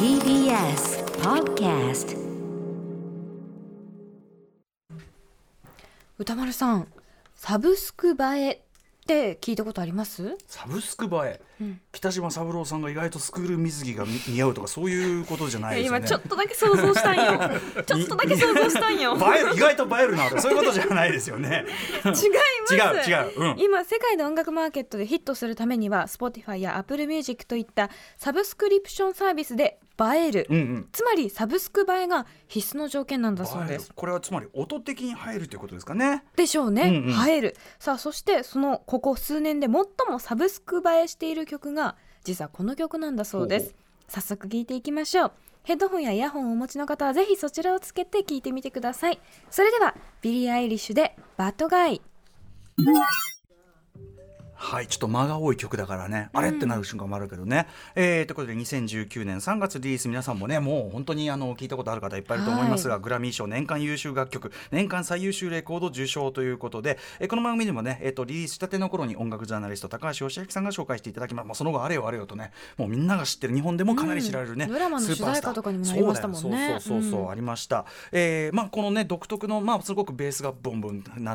TBS Podcast。 歌丸さん、サブスク映えって聞いたことあります？ サブスク映え、北島三郎さんが意外とスクール水着が似合うとかそういうことじゃないですよね。 今ちょっとだけ想像したんよちょっとだけ想像したんよ意外と映えるなとそういうことじゃないですよね違います。 違う、 今世界の音楽マーケットでヒットするためには Spotify や Apple Music といったサブスクリプションサービスで映える、つまりサブスク映えが必須の条件なんだそうです。 これはつまり音的に入るということですかね。 でしょうね、映える。さあそしてここ数年で最もサブスク映えしている曲が実はこの曲なんだそうです。早速聴いていきましょう。ヘッドホンやイヤホンをお持ちの方はぜひそちらをつけて聴いてみてください。それではビリー・アイリッシュでバッドガイ。 はい、ちょっと間が多い曲だからね、あれってなる瞬間もあるけどね。ということで2019年3月リリース、皆さんもねもう本当に聞いたことある方いっぱいいると思いますが、グラミー賞年間優秀楽曲、年間最優秀レコード受賞ということで、この番組でもね、リリースしたての頃に音楽ジャーナリスト高橋義明さんが紹介していただきます。その後あれよあれよとね、もうみんなが知ってる、日本でもかなり知られるね、 ドラマの主題歌とかにもなりましたもんね。 そうありました。このね独特のすごくベースがボンボンなって、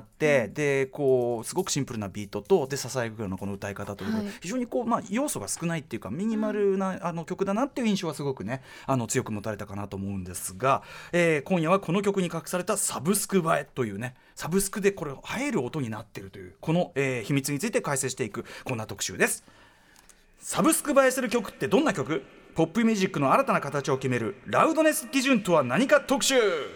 でこうすごくシンプルなビートとで支えるようなこの歌い方という、非常に要素が少ないっていうかミニマルな曲だなっていう印象はすごくね強く持たれたかなと思うんですが、今夜はこの曲に隠されたサブスク映えというね、サブスクでこれ映える音になっているというこの、秘密について解説していくこんな特集です。サブスク映えする曲ってどんな曲？ポップミュージックの新たな形を決めるラウドネス基準とは何か特集。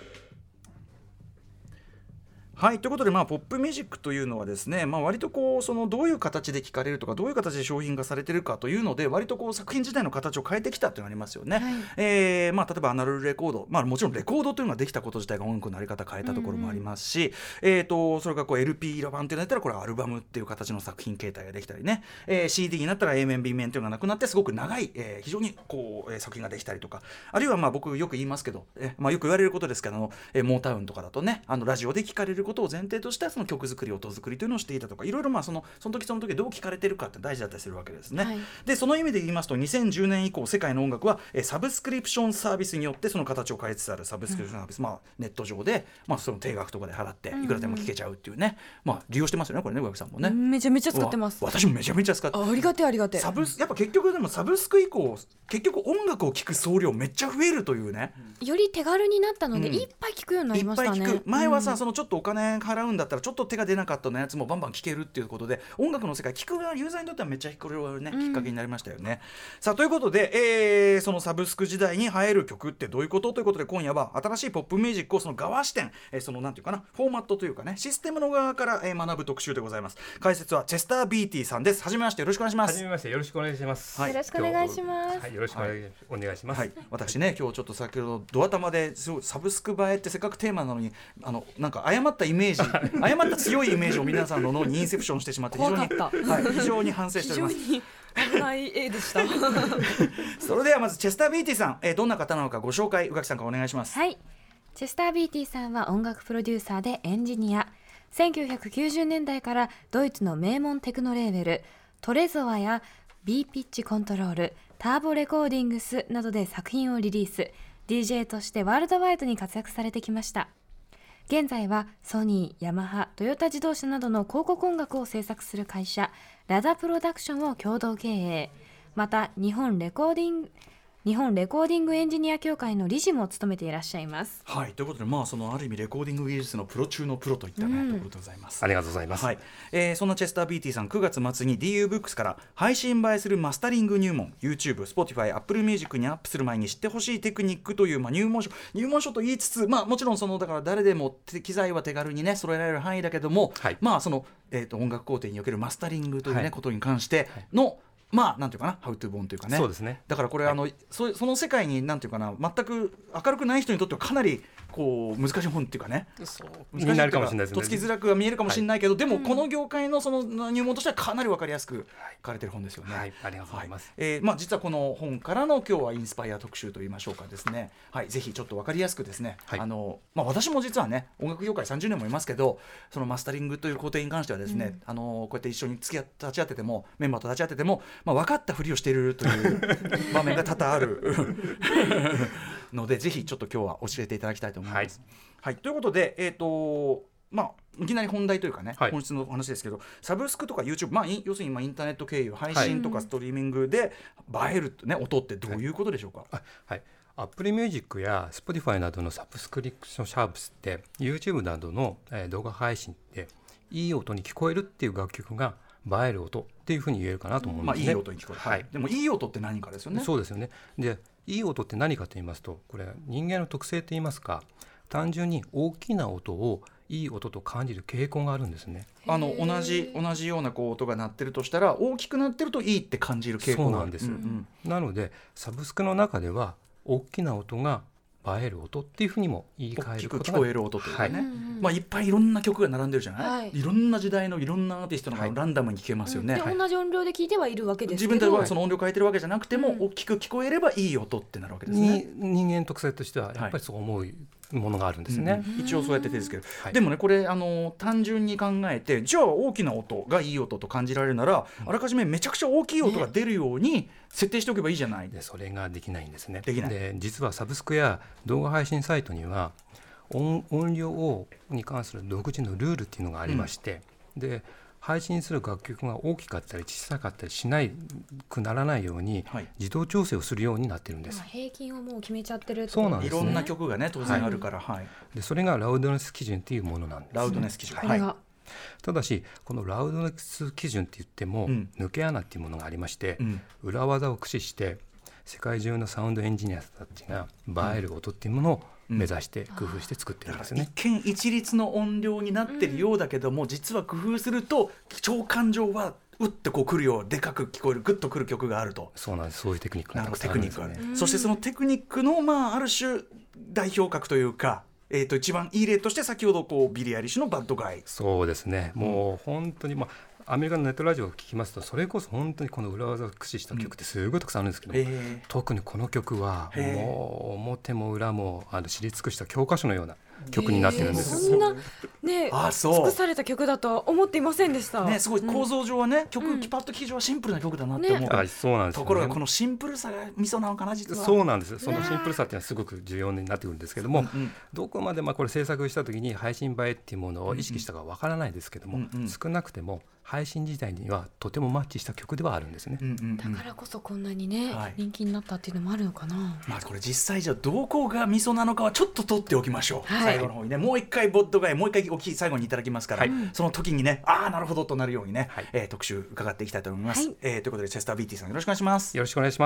はい、ということで、ポップミュージックというのはですね、割とどういう形で聴かれるとかどういう形で商品化されているかというので割と作品自体の形を変えてきたというのがありますよね。例えばアナログレコード、もちろんレコードというのができたこと自体が音楽のあり方変えたところもありますし、それからLP 版というのだったらこれアルバムっていう形の作品形態ができたりね、CD になったら A 面 B 面というのがなくなってすごく長い、非常に作品ができたりとか、あるいは僕よく言いますけど、よく言われることですけどモータウンとかだとねラジオで聴かれることを前提としたその曲作り音作りというのをしていたとか、いろいろその時その時どう聴かれてるかって大事だったりするわけですね。でその意味で言いますと2010年以降世界の音楽はサブスクリプションサービスによってその形を変えつつある。サブスクリプションサービス、ネット上で、その定額とかで払っていくらでも聴けちゃうっていうね、利用してますよねこれね、上木さんもね。 めちゃめちゃ使ってます。 私もめちゃめちゃ使って、 ありがてありがて。 やっぱ結局でもサブスク以降結局音楽を聴く総量めっちゃ増えるというね、 より手軽になったので、いっぱい聴くようになりましたね。 いっぱい聴く。前はさ、そのちょっとお金払うんだったらちょっと手が出なかったのやつもバンバン聴けるっていうことで、音楽の世界聴く側ユーザーにとってはめっちゃこれはね、きっかけになりましたよね。さあということで、そのサブスク時代に映える曲ってどういうことということで、今夜は新しいポップミュージックをその側視点、そのなんていうかなフォーマットというかねシステムの側から、学ぶ特集でございます。解説はチェスター・ビーティーさんです。はじめましてよろしくお願いします。 はじめましてよろしくお願いします。 よろしくお願いします。 よろしくお願いします。 私ね今日ちょっと先ほどドア玉ですごいサブスク映えってせっかくテーマなのになんか誤ったイメージ誤った強いイメージを皆さんの脳にインセプションしてしまって非常に反省しております。 非常に危ない絵でしたそれではまずチェスター・ビーティーさん、どんな方なのかご紹介宇垣さんからお願いします。 はい、チェスター・ビーティーさんは音楽プロデューサーでエンジニア。1990年代からドイツの名門テクノレーベルトレゾアや B ピッチコントロール、ターボレコーディングスなどで作品をリリース、 DJ としてワールドワイドに活躍されてきました。現在はソニー、ヤマハ、トヨタ自動車などの広告音楽を制作する会社ラダプロダクションを共同経営、また日本レコーディングエンジニア協会の理事も務めていらっしゃいます。 はい、ということでそのある意味レコーディング技術のプロ中のプロといったところでございます。 ありがとうございます。 そんなチェスター・ビーティーさん9月末に DU ブックスから配信映えするマスタリング入門 YouTube、Spotify、Apple Music にアップする前に知ってほしいテクニックという、入門書と言いつつ、もちろんだから誰でも機材は手軽にね揃えられる範囲だけども、音楽工程におけるマスタリングというね、ことに関してのなんていうかなハウトゥー本というかね。 そうですね。 だからこれ、その世界になんていうかな全く明るくない人にとってはかなりこう難しい本っていうかね、 そうになるかもしれないですね。 とっつきづらくは見えるかもしれないけど、でもうんこの業界のその入門としてはかなり分かりやすく書かれてる本ですよね。 はい、ありがとうございます。 実はこの本からの今日はインスパイア特集といいましょうかですね、はい、ぜひちょっと分かりやすくですね、 はい、 私も実はね音楽業界30年もいますけど、そのマスタリングという工程に関してはですね、こうやって一緒に立ち会っててもメンバーと立ち会ってても、分かったふりをしているという場面が多々あるので、ぜひちょっと今日は教えていただきたいと思います。はい、ということで、いきなり本題というかね、本質の話ですけど、サブスクとか YouTube、要するに今インターネット経由配信とかストリーミングで映える、音ってどういうことでしょうか。 はい、Apple Music や Spotify などのサブスクリプションサービスって YouTube などの動画配信っていい音に聞こえるっていう楽曲が映える音っていうふうに言えるかなと思うんですね。 いい音に聞こえる、でもいい音って何かですよね。 そうですよね。で、いい音って何かと言いますと、これ人間の特性と言いますか、単純に大きな音をいい音と感じる傾向があるんですね。 同じような音が鳴ってるとしたら、大きくなってるといいって感じる傾向がある。 そうなんです、なのでサブスクの中では大きな音が映える音っていうふうにも言い換えることが、 大きく聞こえる音というかね、いっぱいいろんな曲が並んでるじゃない、いろんな時代のいろんなアーティストのがランダムに聴けますよね。 で同じ音量で聴いてはいるわけですけど、 自分ではその音量変えてるわけじゃなくても、大きく聞こえればいい音ってなるわけですね。 人間特性としてはやっぱりそう思うものがあるんですね。 一応そうやって手ですけど、でもねこれ単純に考えて、じゃあ大きな音がいい音と感じられるなら、あらかじめめちゃくちゃ大きい音が出るように設定しておけばいいじゃない。 でそれができないんですね。 できない。 で実はサブスクや動画配信サイトには音量に関する独自のルールっていうのがありまして、で配信する楽曲が大きかったり小さかったりしないくならないように、自動調整をするようになってるんです。 平均をもう決めちゃってるってそうなんですね。 いろんな曲がね当然あるから、 でそれがラウドネス基準っていうものなんです、ね。 ラウドネス基準、 ただしこのラウドネス基準って言っても、抜け穴っていうものがありまして、裏技を駆使して世界中のサウンドエンジニアたちが映える音っていうものを目指して工夫して作ってるんですね。 一見一律の音量になってるようだけども、実は工夫すると聴感上はうってこう来るようでかく聞こえるグッとくる曲があると。 そうなんです。そういうテクニックがたくさんあるんですね。 そしてそのテクニックのある種代表格というか、一番いい例として先ほどビリー・アイリッシュのバッドガイ。 そうですね。もう本当にアメリカのネットラジオを聞きますと、それこそ本当にこの裏技を駆使した曲ってすごいたくさんあるんですけど、特にこの曲はもう表も裏も知り尽くした教科書のような曲になってるんです。 そんなね尽くされた曲だとは思っていませんでした。 すごい構造上はね、パッと聴き上はシンプルな曲だなって思う。 そうなんですよね。 ところがこのシンプルさがミソなのかな実は。 そうなんです。そのシンプルさっていうのはすごく重要になってくるんですけども、どこまでこれ制作した時に配信映えっていうものを意識したかわからないですけども、少なくても配信自体にはとてもマッチした曲ではあるんですね。 だからこそこんなにね、人気になったっていうのもあるのかな。 これ実際じゃあどこがミソなのかはちょっと取っておきましょう。最後の方にねもう一回ボッドガイもう一回お聞き最後にいただきますから、その時にねなるほどとなるようにね、特集伺っていきたいと思います。ということでチェスター・ビーティさんよろしくお願いします。 よろしくお願いします。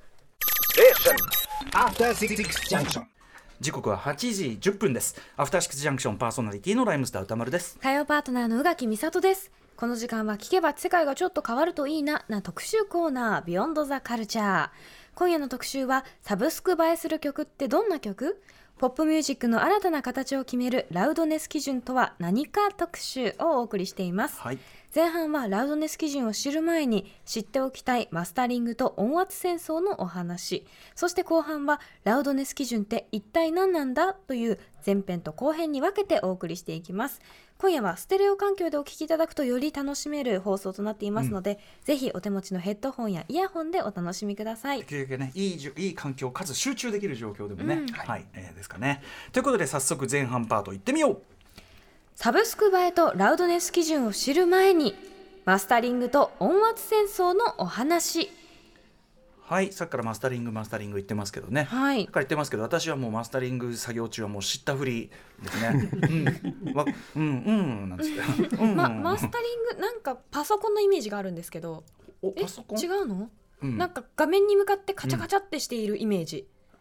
時刻は8時10分です。アフターシックスジャンクションパーソナリティのライムスター歌丸です。 火曜パートナーの宇垣美里です。この時間は聞けば世界がちょっと変わるといいな特集コーナービヨンドザカルチャー。今夜の特集はサブスク映えする曲ってどんな曲？ポップミュージックの新たな形を決めるラウドネス基準とは何か特集をお送りしています。前半はラウドネス基準を知る前に知っておきたいマスタリングと音圧戦争のお話、そして後半はラウドネス基準って一体何なんだという前編と後編に分けてお送りしていきます。今夜はステレオ環境でお聞きいただくとより楽しめる放送となっていますので、ぜひお手持ちのヘッドホンやイヤホンでお楽しみください。 できるだけねいい環境かつ集中できる状況でもね、ですかね。ということで早速前半パートいってみよう。 サブスク映えとラウドネス基準を知る前にマスタリングと音圧戦争のお話。 さっきからマスタリング言ってますけどね。さっきから言ってますけど、私はもうマスタリング作業中はもう知ったふりですね。なんつってマスタリングなんかパソコンのイメージがあるんですけど、 パソコン違うの？なんか画面に向かってカチャカチャってしているイメージ。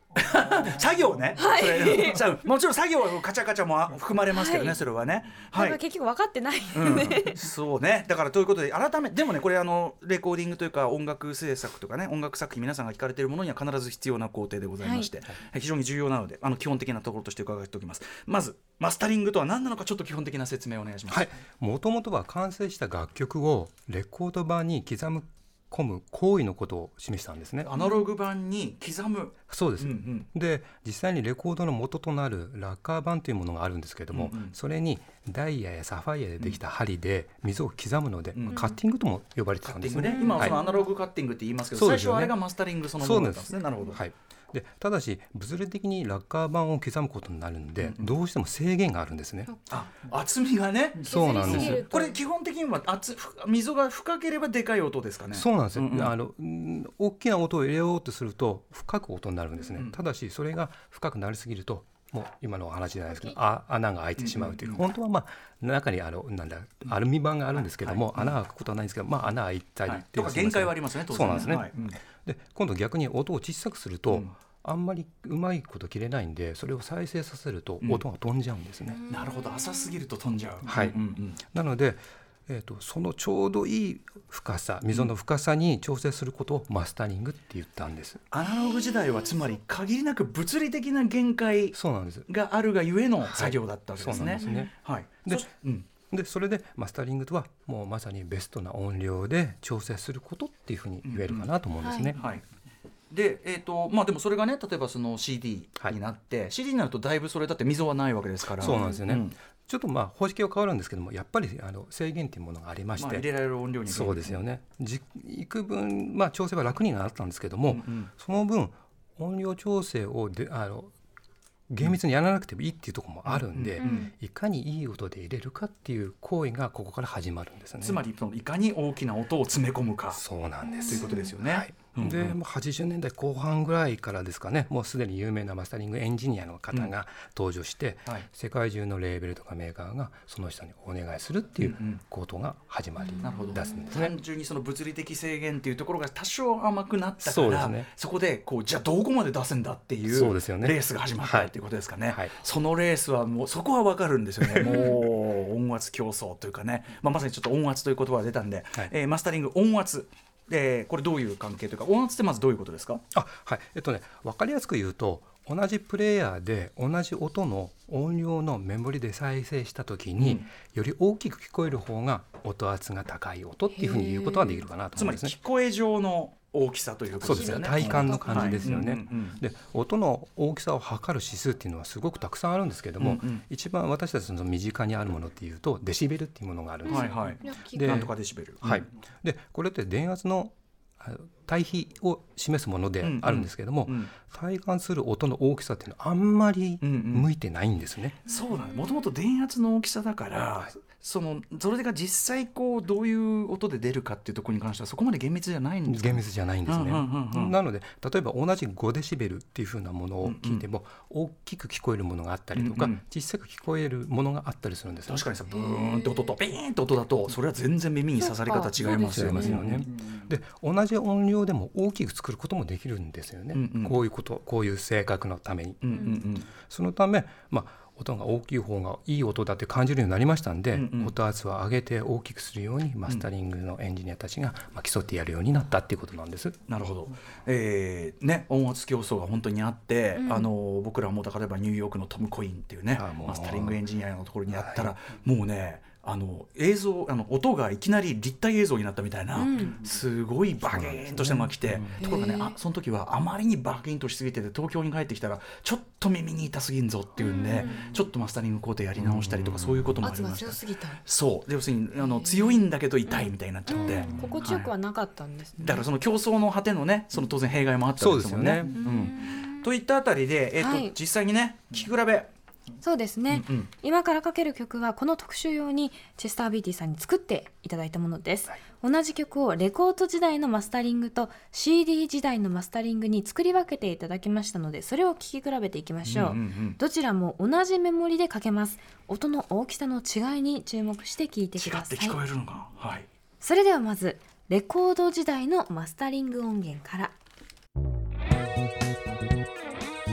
作業ね、 はい、 それもちろん作業はカチャカチャも含まれますけどね、はい、それはね、 はい、結局分かってないよね、 そうね。だからということで改めでもね、これレコーディングというか音楽制作とかね、音楽作品皆さんが聞かれているものには必ず必要な工程でございまして、はい、非常に重要なので基本的なところとして伺っておきます。まずマスタリングとは何なのか、ちょっと基本的な説明をお願いします。 はい、もともとは完成した楽曲をレコード版に刻む込む行為のことを示したんですね。 アナログ版に刻む。 そうです、で実際にレコードの元となるラッカー板というものがあるんですけれども、それにダイヤやサファイアでできた針で溝を刻むので、カッティングとも呼ばれてたんですね。 今はそのアナログカッティングって言いますけど、最初はあれがマスタリングそのものだったんですね。なるほど。 でただし物理的にラッカー板を刻むことになるんで、どうしても制限があるんですね。 厚みがね。 そうなんです。 これ基本的には溝が深ければでかい音ですかね。 そうなんですよ、大きな音を入れようとすると深く音になるんですね、ただしそれが深くなりすぎるともう今のお話じゃないですけど穴が開いてしまうという、本当は中にアルミ板があるんですけども、穴が開くことはないんですけど、穴開いたりっていう、 限界はありますね。 そうなんですね、で今度逆に音を小さくすると、あんまりうまいこと切れないんで、それを再生させると音が飛んじゃうんですね。 なるほど、浅すぎると飛んじゃう。 はい、なのでそのちょうどいい深さ、溝の深さに調整することをマスタリングって言ったんです。 アナログ時代はつまり限りなく物理的な限界があるがゆえの作業だったわけですね。 でそれでマスタリングとはもうまさにベストな音量で調整することっていうふうに言えるかなと思うんですね。 ででもそれがね、例えばその CD になって、CD になるとだいぶそれだって溝はないわけですから。 そうなんですよね、ちょっと方式は変わるんですけども、やっぱり制限というものがありまして、 入れられる音量にそうですよね。幾分、調整は楽になったんですけども、その分音量調整を厳密にやらなくてもいいっていうところもあるんで、いかにいい音で入れるかっていう行為がここから始まるんですね。 つまりいかに大きな音を詰め込むか。 そうなんですということですよね。 で80年代後半ぐらいからですかね、もうすでに有名なマスタリングエンジニアの方が登場して、世界中のレーベルとかメーカーがその人にお願いするっていうことが始まり出すんですね。 単純にその物理的制限っていうところが多少甘くなったから、そこでじゃあどこまで出せんだっていうレースが始まったっていうことですかね。そのレースはもうそこは分かるんですよね。もう音圧競争というかね、まさにちょっと音圧という言葉が出たんで、マスタリング音圧でこれどういう関係というか、音圧ってまずどういうことですか？ 分かりやすく言うと、同じプレイヤーで同じ音の音量のメモリで再生した時に、より大きく聞こえる方が音圧が高い音っていうふうに言うことができるかなと思うんですね。 つまり聞こえ上の大きさということですよね。 体感の感じですよね。で音の大きさを測る指数っていうのはすごくたくさんあるんですけども、一番私たちの身近にあるものっていうとデシベルっていうものがあるんですよ。 なんとかデシベル。 でこれって電圧の対比を示すものであるんですけども、体感する音の大きさっていうのはあんまり向いてないんですね。 そうなん、もともと電圧の大きさだから、それが実際どういう音で出るかっていうところに関してはそこまで厳密じゃないんですか？ 厳密じゃないんですね。なので例えば同じ5デシベルっていう風なものを聞いても、大きく聞こえるものがあったりとか、小さく聞こえるものがあったりするんですよ。 確かにさ、ブーンって音とビーンって音だとそれは全然耳に刺さり方違いますよね。 で同じ音量でも大きく作ることもできるんですよね。こういう性格のために。そのため音が大きい方がいい音だって感じるようになりましたんで、音圧を上げて大きくするようにマスタリングのエンジニアたちが競ってやるようになったっていうことなんです。 なるほど。音圧競争が本当にあって、僕らも例えばニューヨークのトム・コインっていうね、マスタリングエンジニアのところにやったら、もうね映像音がいきなり立体映像になったみたいな、すごいバキーンとしたのが来て、ところがね、その時はあまりにバキーンとしすぎてて、東京に帰ってきたらちょっと耳に痛すぎんぞっていうんで、ちょっとマスタリング工程やり直したりとか、そういうこともありました。 圧が強すぎた。 そうで、要するに強いんだけど痛いみたいになっちゃって、 心地よくはなかったんですね。 だからその競争の果てのね、その当然弊害もあったんですもんね。といったあたりで、実際にね聴き比べ、 そうですね、今からかける曲はこの特集用にチェスタービーティさんに作っていただいたものです、同じ曲をレコード時代のマスタリングと CD 時代のマスタリングに作り分けていただきましたので、それを聴き比べていきましょう。どちらも同じメモリでかけます。音の大きさの違いに注目して聴いてください。 違って聞こえるのか、 それではまずレコード時代のマスタリング音源から。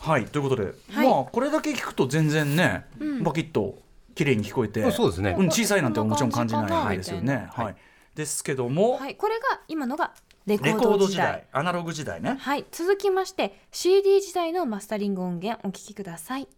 はいということで、 はいまあこれだけ聞くと全然ね、バキッと綺麗に聞こえて、 そうですね、 小さいなんてもちろん感じないですよね。 はいはい、ですけども、 はい、これが今のがレコレーコード時ド時代。 代アナログ時代ね。 はい、続きまして CD 時代のマスタリング音源お聞きください。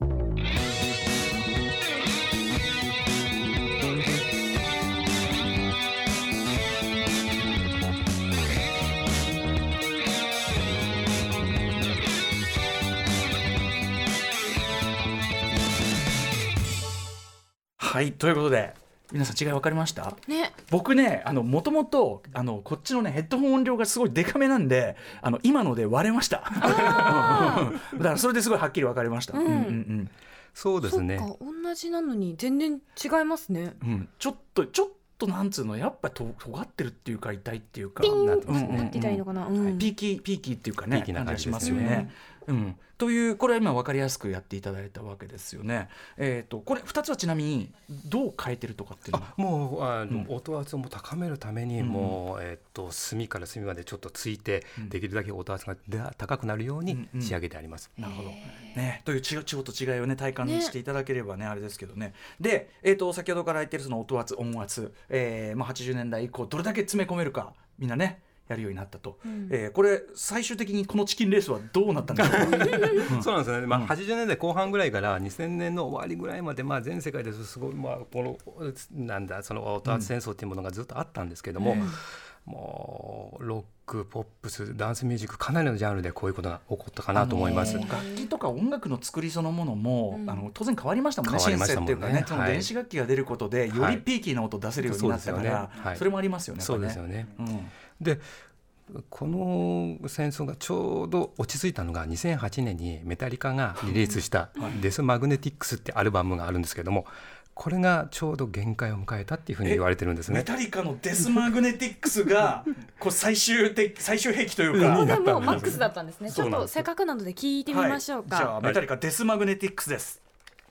はいということで皆さん違い分かりましたね、 僕ねもともとこっちのねヘッドホン音量がすごいデカめなんで今ので割れましただからそれですごいはっきり分かりました、 うんうんうんうんそうですね。 そっか、同じなのに全然違いますね。 うんちょっとなんつうのやっぱ尖ってるっていうか痛いっていうかピンなってますねなんて言ったらいいのかな、 ピーキーっていうかねピーキーな感じですよね感じしますよね。というこれは今分かりやすくやっていただいたわけですよね。これ2つはちなみにどう変えてるとかっていうのはもう音圧を高めるためにもう、隅から隅までちょっとついて、できるだけ音圧が高くなるように仕上げてあります。 なるほど、ね、という違いをね体感していただければねあれですけどね。で、先ほどから言ってるその音圧音圧、80年代以降どれだけ詰め込めるかみんなねやるようになったと、これ最終的にこのチキンレースはどうなったんでしょうかそうなんですね、80年代後半ぐらいから2000年の終わりぐらいまで、全世界ですごい、このその音圧戦争っていうものがずっとあったんですけども、もうロックポップスダンスミュージックかなりのジャンルでこういうことが起こったかなと思います。 楽器とか音楽の作りそのものも、当然変わりましたもんね。 変わりましたもんねシンセっていうかね、その電子楽器が出ることで、よりピーキーな音を出せるようになったから、それもありますよね。 そうですよね。でこの戦争がちょうど落ち着いたのが2008年にメタリカがリリースしたデスマグネティックスってアルバムがあるんですけども、これがちょうど限界を迎えたっていうふうに言われてるんですね。 メタリカのデスマグネティックスがこう最終兵器というか、 ここでもうマックスだったんですね。ちょっとせっかくなので聞いてみましょうか。 じゃあメタリカデスマグネティックスです。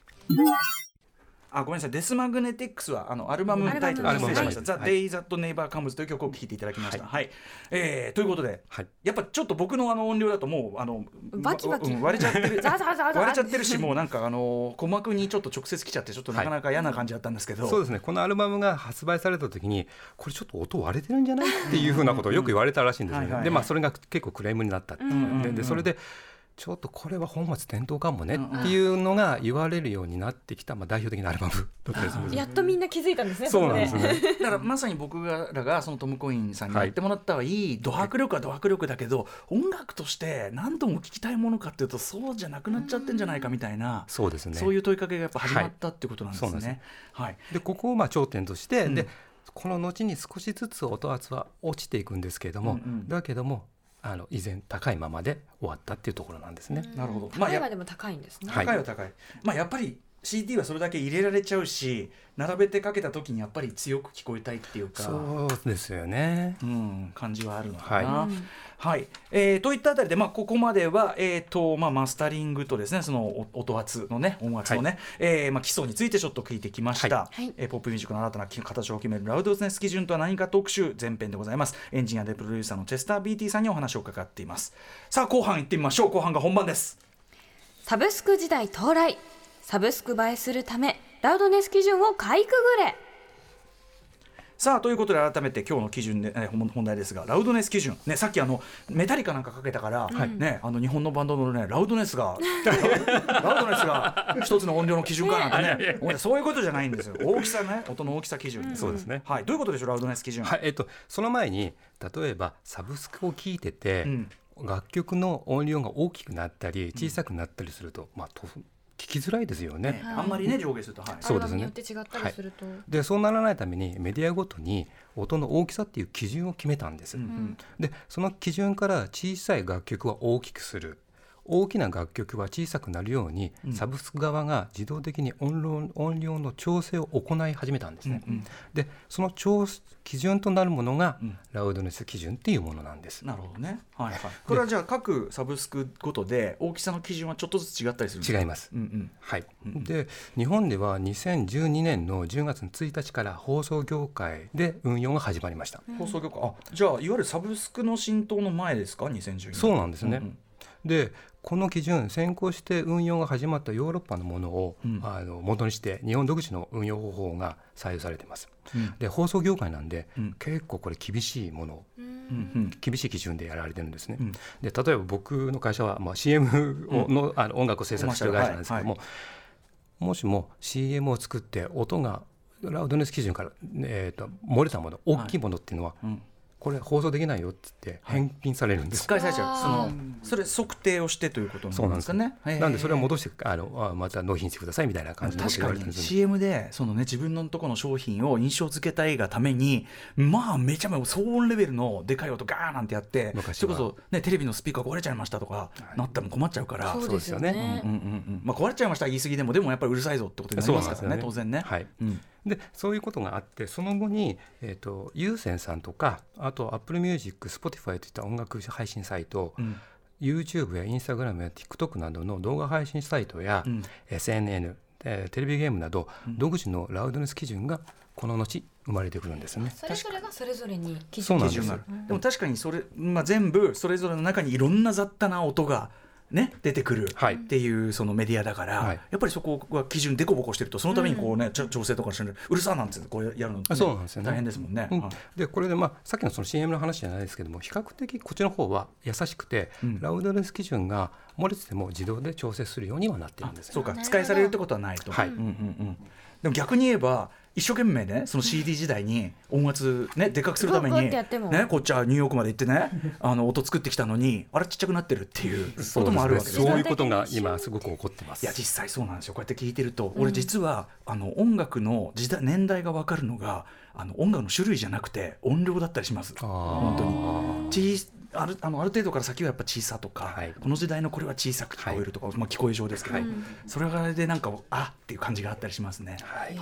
ごめんなさい、デスマグネティックスはアルバムタイトルで失礼しました。The Day That Never Comes という曲を聴いていただきました。はい、ということで、やっぱちょっと僕の音量だともうバキバキ割れちゃってる割れちゃってるし、もうなんか鼓膜にちょっと直接来ちゃってちょっとなかなか嫌な感じだったんですけど、 そうですね、このアルバムが発売された時にこれちょっと音割れてるんじゃないっていうふうなことをよく言われたらしいんですね。でそれが結構クレームになったでそれでちょっとこれは本末転倒かもねっていうのが言われるようになってきた、代表的なアルバムだったりするんです。 やっとみんな気づいたんですね。 そうなんですね。 だからまさに僕らがそのトム・コインさんにやってもらったはいい、ド迫力はド迫力だけど音楽として何度も聴きたいものかっていうとそうじゃなくなっちゃってんじゃないかみたいな、 そうですね、 そういう問いかけがやっぱ始まったってことなんですね。 でここを頂点として、でこの後に少しずつ音圧は落ちていくんですけれども、だけども依然高いままで終わったっていうところなんですね。 なるほど。 高いはでも高いんですね。 高いは高い。やっぱり CD はそれだけ入れられちゃうし、並べてかけた時にやっぱり強く聞こえたいっていうか、 そうですよね、 感じはあるのかな。といったあたりで、ここまでは、マスタリングとですね、その音圧のね、音圧のね、基礎についてちょっと聞いてきました。ポップミュージックの新たな形を決めるラウドネス基準とは何か特集前編でございます。エンジニアでプロデューサーのチェスター・ビーティーさんにお話を伺っています。さあ後半行ってみましょう。後半が本番です。 サブスク時代到来。サブスク映えするためラウドネス基準をかいくぐれ。 さあということで改めて今日の基準で、本題ですが、ラウドネス基準、さっきメタリカなんかかけたから、日本のバンドのラウドネスが一つの音量の基準かなんてねそういうことじゃないんですよ。大きさね、音の大きさ基準、 そうですね。 どういうことでしょう、ラウドネス基準。 その前に例えばサブスクを聴いてて、楽曲の音量が大きくなったり小さくなったりすると、聞きづらいですよね。 あんまりね上下すると、 そうですね。 アルバムによって違ったりすると、 でそうならないためにメディアごとに音の大きさっていう基準を決めたんです。でその基準から小さい楽曲は大きくする、大きな楽曲は小さくなるように、サブスク側が自動的に音量の調整を行い始めたんですね。でその基準となるものが、ラウドネス基準っていうものなんです。 なるほどね。これはじゃあ各サブスクごとで大きさの基準はちょっとずつ違ったりするんですか？ 違います。で日本では2012年の10月1日から放送業界で運用が始まりました。 放送業界、じゃあいわゆるサブスクの浸透の前ですか？2012年。 そうなんですね。でこの基準先行して運用が始まったヨーロッパのものを、元にして日本独自の運用方法が採用されています、で放送業界なんで、結構これ厳しいものを、厳しい基準でやられてるんですね、で例えば僕の会社は、CM の、音楽を制作している会社なんですけども、もしも CM を作って音がラウドネス基準から、漏れたもの、大きいものっていうのは、これ放送できないよって言って返品されるんです。 使いされちゃう。それ測定をしてということなんですかね。 なんでそれを戻してまた納品してくださいみたいな感じで言われてるんです。確かに CM でその、自分のところの商品を印象付けたいがためにめちゃめちゃ騒音レベルのでかい音ガーなんてやって、それこそ、テレビのスピーカー壊れちゃいましたとかなったら困っちゃうから。 そうですよね。 壊れちゃいました言い過ぎでもやっぱりうるさいぞってことになりますからね、当然ね。 でそういうことがあって、その後に、有線さんとか、あと Apple Music、Spotify といった音楽配信サイト、YouTube や Instagram や TikTok などの動画配信サイトや、SNN、テレビゲームなど、独自のラウドネス基準がこの後生まれてくるんですね。 それぞれがそれぞれに基準がある。でも確かにそれ、全部それぞれの中にいろんな雑多な音が出てくるっていうそのメディアだから、やっぱりそこが基準でこぼこしてると、そのために調整とかしてる、うるさなんてこうやるのって大変ですもんね。 でこれでさっきのその CM の話じゃないですけども、比較的こっちの方は優しくて、ラウドネス基準が漏れてても自動で調整するようにはなってるんです。 そうか、使いされるってことはないと。でも逆に言えば一生懸命ね、その CD 時代に音圧でかくするためにこっちはニューヨークまで行ってね音作ってきたのにあれちっちゃくなってるっていうこともあるわけですね。 そういうことが今すごく起こってます。 いや実際そうなんですよ。こうやって聞いてると、俺実は音楽の年代が分かるのが音楽の種類じゃなくて音量だったりします。本当にある程度から先はやっぱ小さとか、この時代のこれは小さく聞こえるとか、聞こえ上ですけど、それがでなんかっていう感じがあったりしますね。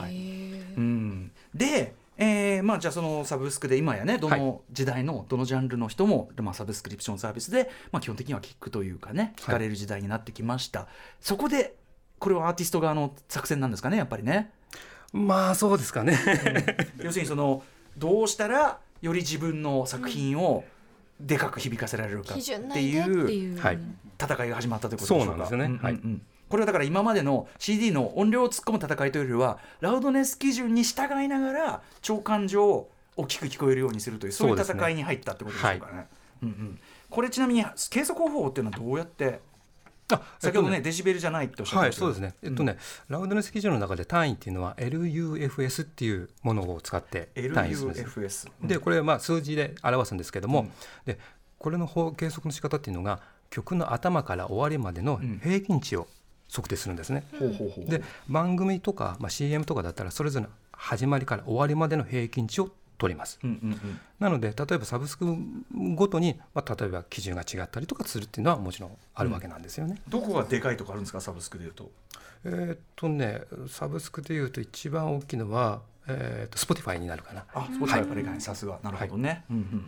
で、じゃあそのサブスクで今やね、どの時代のどのジャンルの人も、サブスクリプションサービスで、基本的には聞くというかね、聞かれる時代になってきました。そこでこれはアーティスト側の作戦なんですかね、やっぱりね。 そうですかね。 要するにどうしたらより自分の作品をでかく響かせられるかっていう戦いが始まったということでしょうか。 そうなんですよね。 これはだから今までの CD の音量を突っ込む戦いというよりは、ラウドネス基準に従いながら長官上大きく聞こえるようにするという、そういう戦いに入ったってことでしょうかね。これちなみに計測方法っていうのはどうやって、先ほどデシベルじゃないっておっしゃってましたけど。 そうですね。ラウドネス基準の中で単位っていうのは LUFS っていうものを使って単位するんです。でこれは数字で表すんですけども、でこれの計測の仕方っていうのが、曲の頭から終わりまでの平均値を測定するんですね。で番組とか、CM とかだったらそれぞれの始まりから終わりまでの平均値を取ります。なので例えばサブスクごとに、例えば基準が違ったりとかするっていうのはもちろんあるわけなんですよね。 どこがでかいとかあるんですか、サブスクでいうと。 サブスクでいうと一番大きいのは、Spotify になるかな。 Spotify からさすが、なるほどね。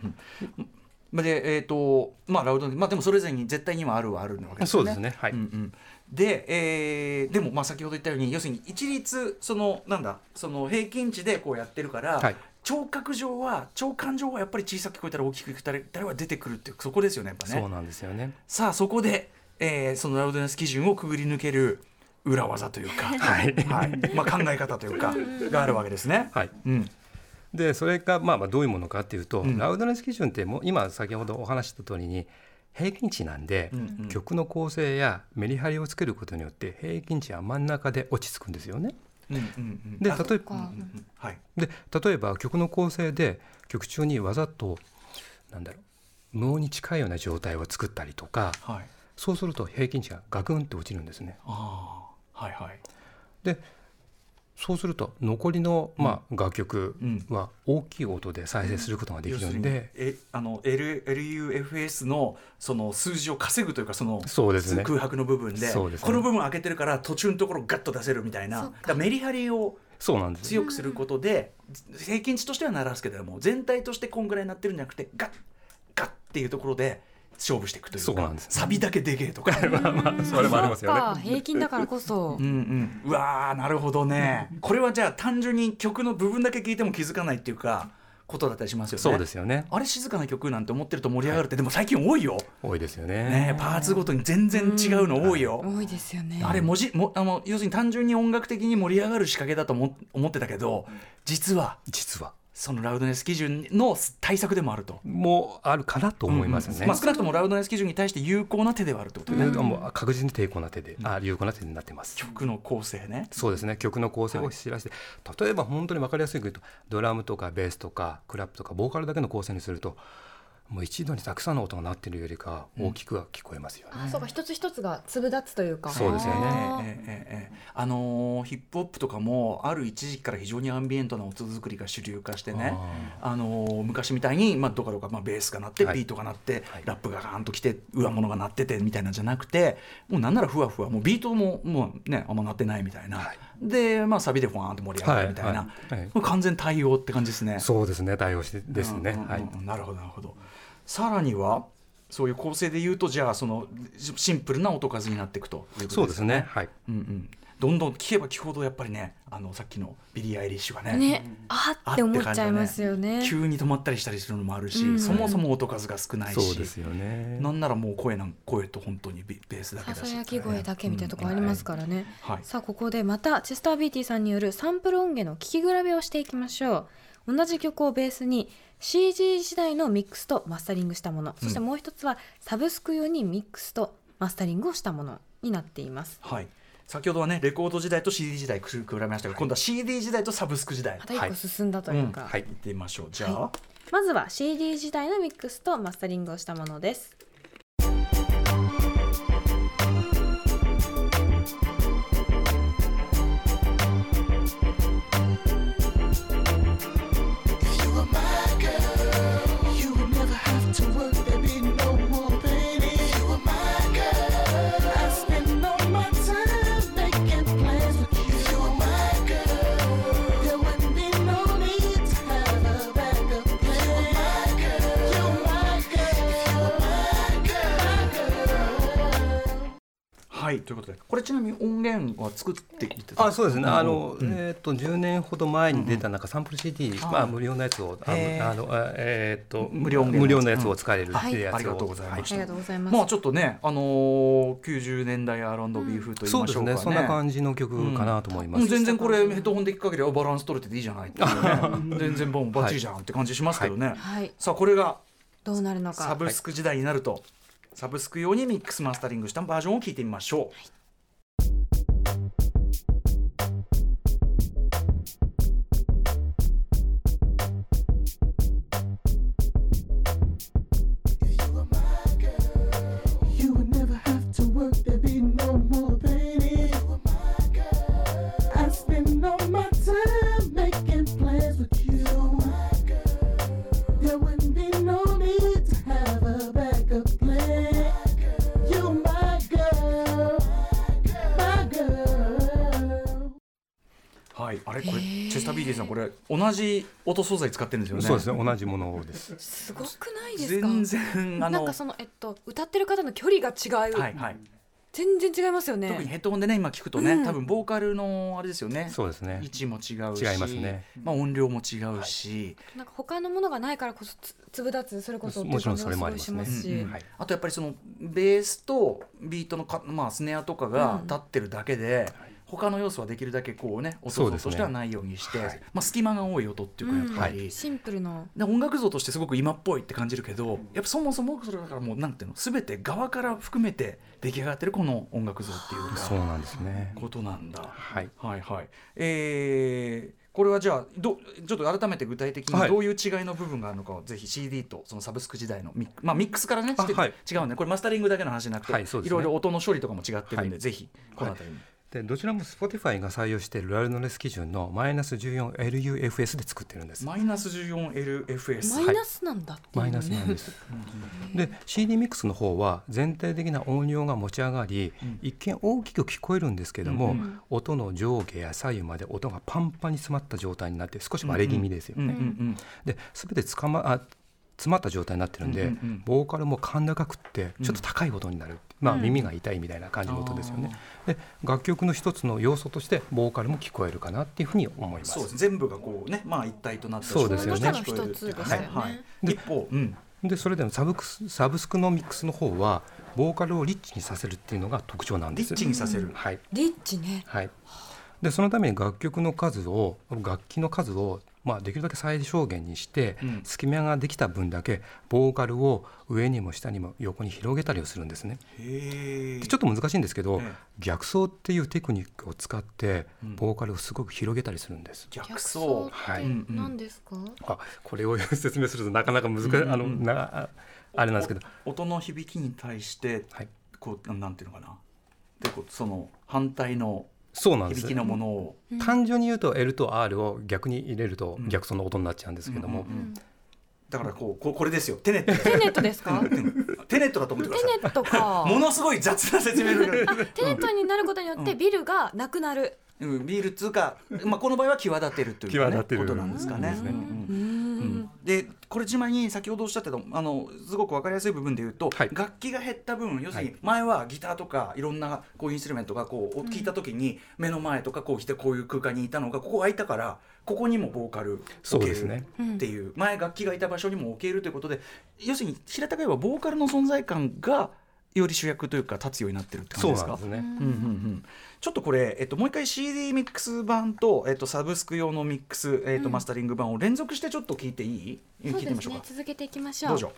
でラウドでもそれぞれに絶対にはあるわけですよね。 そうですね。 でも先ほど言ったように、要するに一律その平均値でこうやってるから、聴感上はやっぱり小さく聞こえたら大きく聞こえたらは出てくるっていう、そこですよね、やっぱね。 そうなんですよね。 さあそこで、そのラウドネス基準をくぐり抜ける裏技というか、考え方というかがあるわけですね。 でそれがどういうものかっていうと、ラウドネス基準って今先ほどお話しした通りに平均値なんで、曲の構成やメリハリをつけることによって平均値は真ん中で落ち着くんですよね。で例えば曲の構成で曲中にわざと無音に近いような状態を作ったりとか、そうすると平均値がガクンと落ちるんですね。でそうすると残りの、楽曲は大きい音で再生することができるので、 LUFS のその数字を稼ぐというか、 そうですね、 空白の部分で、この部分開けてるから途中のところガッと出せるみたいな、メリハリを強くすることで平均値としてはならすけれども、全体としてこんぐらいになってるんじゃなくて、ガッガッっていうところで勝負していくというか、サビだけでけえとかそれもありますよね。平均だからこそ、 うわー、なるほどね。これはじゃあ単純に曲の部分だけ聞いても気づかないっていうか、 ことだったりしますよね。 そうですよね。 あれ静かな曲なんて思ってると盛り上がるって、でも最近多いよ。 多いですよね。 パーツごとに全然違うの多いよ。 多いですよね。 あれ要するに単純に音楽的に盛り上がる仕掛けだと思ってたけど、実はそのラウドネス基準の対策でもあると。 もうあるかなと思いますね。 少なくともラウドネス基準に対して有効な手ではあるってことね。 もう確実に抵抗な手で、有効な手になってます。 曲の構成ね。 そうですね。曲の構成を知らせて、例えば本当に分かりやすい言うと、ドラムとかベースとかクラップとかボーカルだけの構成にすると、もう一度にたくさんの音が鳴っているよりか大きくは聞こえますよね。 そうか、一つ一つが粒立つというか。 そうですよね。 ヒップホップとかもある一時期から非常にアンビエントな音作りが主流化してね、昔みたいにどかどかベースが鳴ってビートが鳴って、ラップがガーンときて上物が鳴っててみたいなんじゃなくて、もうなんならふわふわ、もうビートももうねあんま鳴ってないみたいな、でサビでファーンと盛り上がるみたいな、もう完全対応って感じですね。 そうですね、対応してですね。 なるほどなるほど。さらにはそういう構成でいうと、じゃあそのシンプルな音数になっていくということですね。 そうですね。はい。 どんどん聞けば聞くほどやっぱりね、さっきのビリー・アイリッシュがね、 って思っちゃいますよね。 急に止まったりしたりするのもあるし、そもそも音数が少ないし、 そうですよね。 なんならもう声と本当にベースだけだし、 ささやき声だけみたいなところありますからね。さあここでまたチェスター・ビーティさんによるサンプル音源の聞き比べをしていきましょう。同じ曲をベースに CG 時代のミックスとマスタリングしたもの、そしてもう一つはサブスク用にミックスとマスタリングをしたものになっています。 はい。先ほどはねレコード時代と CD 時代比べましたが、今度は CD 時代とサブスク時代、 また一個進んだというか、 行ってみましょう。じゃあ、 まずは CD 時代のミックスとマスタリングをしたものです。 ということで、これちなみに音源は作っていってた？ そうですね。10年ほど前に出たサンプル CD、無料のやつを無料のやつを使えるっていうやつを、 ありがとうございました。 ありがとうございます。 ちょっとね、90年代 R&B 風と言いましょうかね。 そんな感じの曲かなと思います。 全然これヘッドホンで聞く限りはバランス取れてていいじゃないっていうね。全然バッチリじゃんって感じしますけどね。さあこれがどうなるのか。 サブスク時代になると、サブスク用にミックスマスタリングしたバージョンを聞いてみましょう。あれこれチェスター・ビーティさん、これ同じ音素材使ってるんですよね。 そうですね、同じものです。 すごくないですか？ 全然なんかその歌ってる方の距離が違う。全然違いますよね。 特にヘッドホンでね今聞くとね、多分ボーカルのあれですよね。 そうですね。 位置も違うし、 違いますね。 音量も違うし、 なんか他のものがないからこそ粒立つ、それこそもちろんそれもありますね。 あとやっぱりそのベースとビートのスネアとかが立ってるだけで、他の要素はできるだけこうね音像としてはないようにして、隙間が多い音っていうか、やっぱりシンプルな音楽像としてすごく今っぽいって感じるけど、やっぱそもそもそれだからもうなんていうの、全て側から含めて出来上がってるこの音楽像っていうか、 そうなんですね。 ことなんだ。 はいはいはい。これはじゃあちょっと改めて具体的にどういう違いの部分があるのかをぜひ CD とそのサブスク時代のミックスからね違うんで、これマスタリングだけの話じゃなくて、いろいろ音の処理とかも違ってるんで、ぜひこのあたりに。 でどちらも Spotify が採用しているラウドネス基準のマイナス 14LUFS で作ってるんです。 マイナス 14LFS、 マイナスなんだっていうね。 マイナスなんですで CD ミックスの方は全体的な音量が持ち上がり、一見大きく聞こえるんですけども、音の上下や左右まで音がパンパンに詰まった状態になって少し割れ気味ですよね。で全て詰まった状態になってるんで、ボーカルも甲高くってちょっと高い音になる、耳が痛いみたいな感じの音ですよね。で楽曲の一つの要素としてボーカルも聞こえるかなっていうふうに思います。 そうです、全部がこうね、一体となったそうですよね。 一つですよね。 一方、 でそれでもサブスクのミックスの方はボーカルをリッチにさせるっていうのが特徴なんです。 リッチにさせる、 はい、 リッチね。 はい。でそのために楽器の数をできるだけ最小限にして、隙間ができた分だけボーカルを上にも下にも横に広げたりをするんですね。ちょっと難しいんですけど、逆走っていうテクニックを使ってボーカルをすごく広げたりするんです。 逆走って何ですか？ これを説明するとなかなか難しい、あれなんですけど、 音の響きに対して、こうなんていうのかな、でその反対の響きのものを、 単純に言うと L と R を逆に入れると逆走の音になっちゃうんですけども、 だからこれですよ、テネット。 テネットですか？ テネットだと思ってください。 テネットか。 ものすごい雑な説明がテネットになることによってビルがなくなる、 ビルつうか、この場合は際立てるという、ことなんですかね。でこれちなみに先ほどおっしゃってたすごく分かりやすい部分で言うと、楽器が減った分、要するに前はギターとかいろんなこうインストゥルメントがこう聴いた時に目の前とかこう来てこういう空間にいたのがここ空いたからここにもボーカル置けるっていう、前楽器がいた場所にも置けるということで、要するに平たく言えばボーカルの存在感がより主役というか立つようになってるって感じですか？ そうなんですね。 ちょっとこれ、もう一回 CD ミックス版と、サブスク用のミックス、マスタリング版を連続してちょっと聞いていい？聞いてみましょうか。 続けていきましょう。 どうぞ。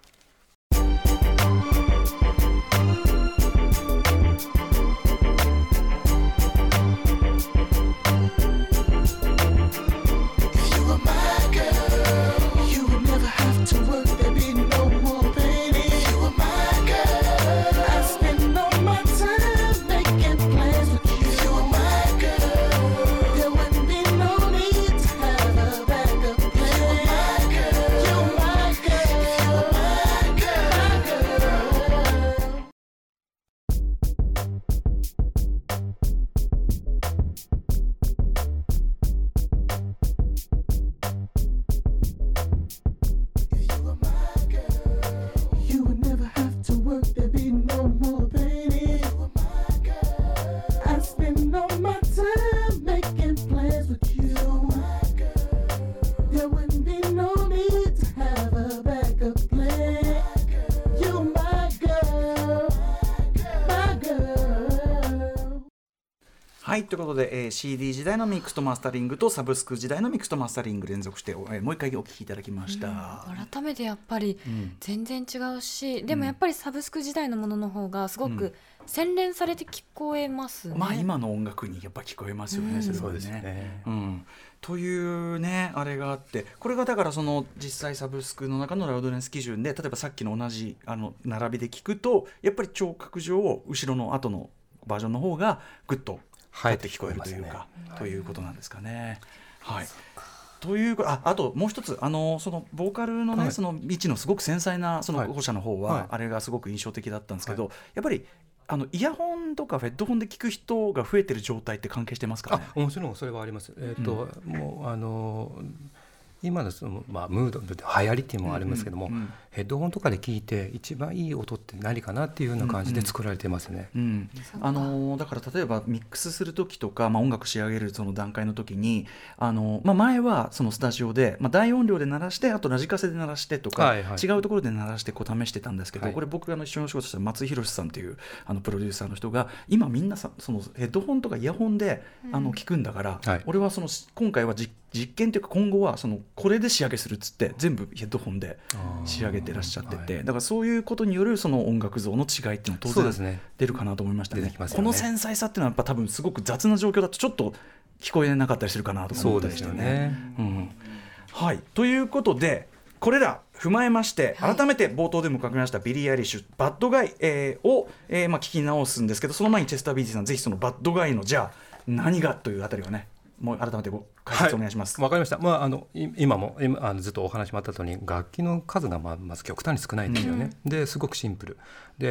はい、ということで、CD 時代のミックスとマスタリングとサブスク時代のミックスとマスタリング連続して、もう一回お聞きいただきました。 改めてやっぱり全然違うし、でもやっぱりサブスク時代のものの方がすごく洗練されて聞こえますね。 今の音楽にやっぱ聞こえますよね。 そうですね。 というねあれがあって、これがだからその実際サブスクの中のラウドネス基準で、例えばさっきの同じ並びで聞くとやっぱり聴覚上後ろの後のバージョンの方がグッと立って聞こえるというか、ということなんですかね。はい。というあともう一つそのボーカルのね、その位置のすごく繊細なその後者の方は、あれがすごく印象的だったんですけど、やっぱりイヤホンとかヘッドホンで聞く人が増えてる状態って関係してますかね？ もちろんそれはあります。もう今のその、ムードで流行りっていうのもありますけども、ヘッドホンとかで聞いて一番いい音って何かなっていうような感じで作られてますね。 だから例えばミックスする時とか、音楽仕上げるその段階の時に前はそのスタジオで、大音量で鳴らして、あとラジカセで鳴らしてとか、違うところで鳴らしてこう試してたんですけど、これ僕が一緒にお仕事した松井宏さんっていうプロデューサーの人が、今みんなそのヘッドホンとかイヤホンで聞くんだから、俺はその今回は実験というか今後はこれで仕上げするっつって全部ヘッドホンで仕上げてらっしゃってて、だからそういうことによるその音楽像の違いっていうのは当然出るかなと思いましたね。この繊細さっていうのはやっぱ多分すごく雑な状況だとちょっと聞こえなかったりするかなと思ったりしてね。はい、ということでこれら踏まえまして、改めて冒頭でも書きましたビリー・アイリッシュバッドガイ、を、聞き直すんですけど、その前にチェスター・ビーティさん、ぜひそのバッドガイのじゃあ何がというあたりはね、もう改めて解説お願いします。 わかりました。今ずっとお話もあった通り、楽器の数がまず極端に少ないんですよね。ですごくシンプルで、